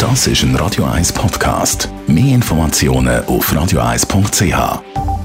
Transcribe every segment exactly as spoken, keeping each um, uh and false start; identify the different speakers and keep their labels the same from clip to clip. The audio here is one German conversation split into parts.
Speaker 1: Das ist ein Radio eins Podcast. Mehr Informationen auf radio eins punkt c h.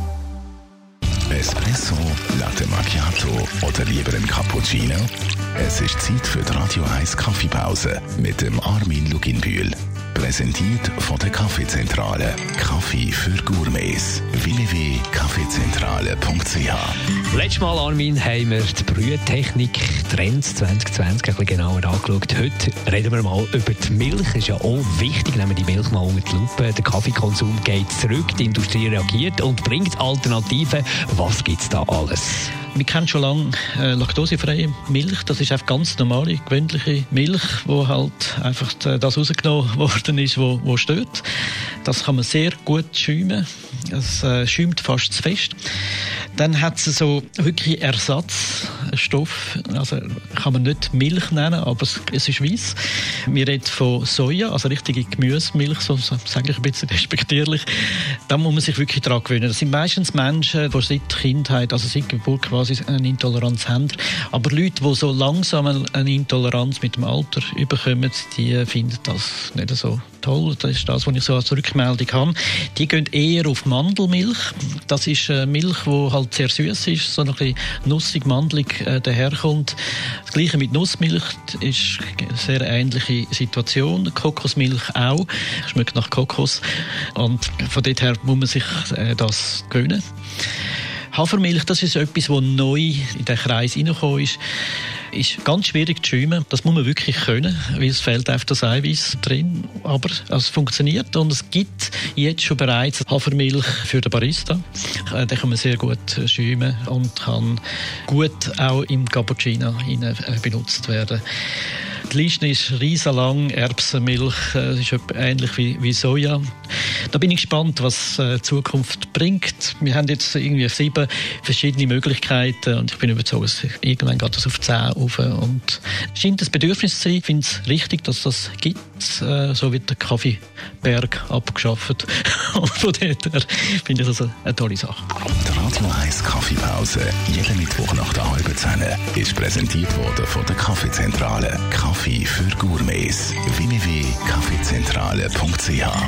Speaker 1: Espresso, Latte Macchiato oder lieber ein Cappuccino? Es ist Zeit für die Radio eins Kaffeepause mit dem Armin Luginbühl. Präsentiert von der Kaffeezentrale. Kaffee für Gourmets. w w w punkt kaffeezentrale punkt c h.
Speaker 2: Letztes Mal, Armin, haben wir die Brühtechnik Trends zwanzig zwanzig ein bisschen genauer angeschaut. Heute reden wir mal über die Milch. Das ist ja auch wichtig, nehmen wir die Milch mal unter die Lupe. Der Kaffeekonsum geht zurück, die Industrie reagiert und bringt Alternativen. Was gibt es da alles?
Speaker 3: Wir kennen schon lange äh, laktosefreie Milch. Das ist einfach ganz normale, gewöhnliche Milch, wo halt einfach das rausgenommen worden ist, wo, wo stört. Das kann man sehr gut schäumen. Es äh, schäumt fast zu fest. Dann hat es so wirklich Ersatzstoff. Also kann man nicht Milch nennen, aber es, es ist weiss. Wir reden von Soja, also richtige Gemüsemilch, so sage ich ein bisschen respektierlich. Da muss man sich wirklich daran gewöhnen. Das sind meistens Menschen, die seit Kindheit, also seit Geburt quasi eine Intoleranz haben. Aber Leute, die so langsam eine Intoleranz mit dem Alter bekommen, die finden das nicht so toll. Das ist das, was ich so als Rückmeldung habe. Die gehen eher auf Mandelmilch. Das ist eine Milch, die halt sehr süß ist, so ein bisschen nussig, mandelig äh, daherkommt. Das Gleiche mit Nussmilch ist eine sehr ähnliche Situation. Kokosmilch auch. Schmeckt nach Kokos. Und von dort her muss man sich äh, das gewöhnen. Hafermilch, das ist etwas, was neu in den Kreis hineingekommen ist. Ist ganz schwierig zu schäumen. Das muss man wirklich können, weil es fehlt einfach das Eiweiß drin. Aber es funktioniert und es gibt jetzt schon bereits Hafermilch für den Barista. Den kann man sehr gut schäumen und kann gut auch im Cappuccino benutzt werden. Die Liste ist riesenlang. Erbsenmilch äh, ist ähnlich wie, wie Soja. Da bin ich gespannt, was äh, die Zukunft bringt. Wir haben jetzt irgendwie sieben verschiedene Möglichkeiten und ich bin überzeugt, dass irgendwann geht das auf zehn rauf. Und es scheint ein Bedürfnis zu sein. Ich finde es richtig, dass das gibt. Äh, so wird der Kaffeeberg abgeschafft. Und von dort her finde ich das eine tolle Sache.
Speaker 1: Die Radio eins Kaffeepause, jeden Mittwoch nach der halben Zehn, ist präsentiert worden von der Kaffeezentrale. Kaffee für Gourmets. w w w punkt kaffeezentrale punkt c h.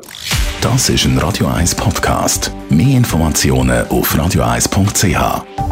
Speaker 1: Das ist ein Radio eins Podcast. Mehr Informationen auf radio eins punkt c h.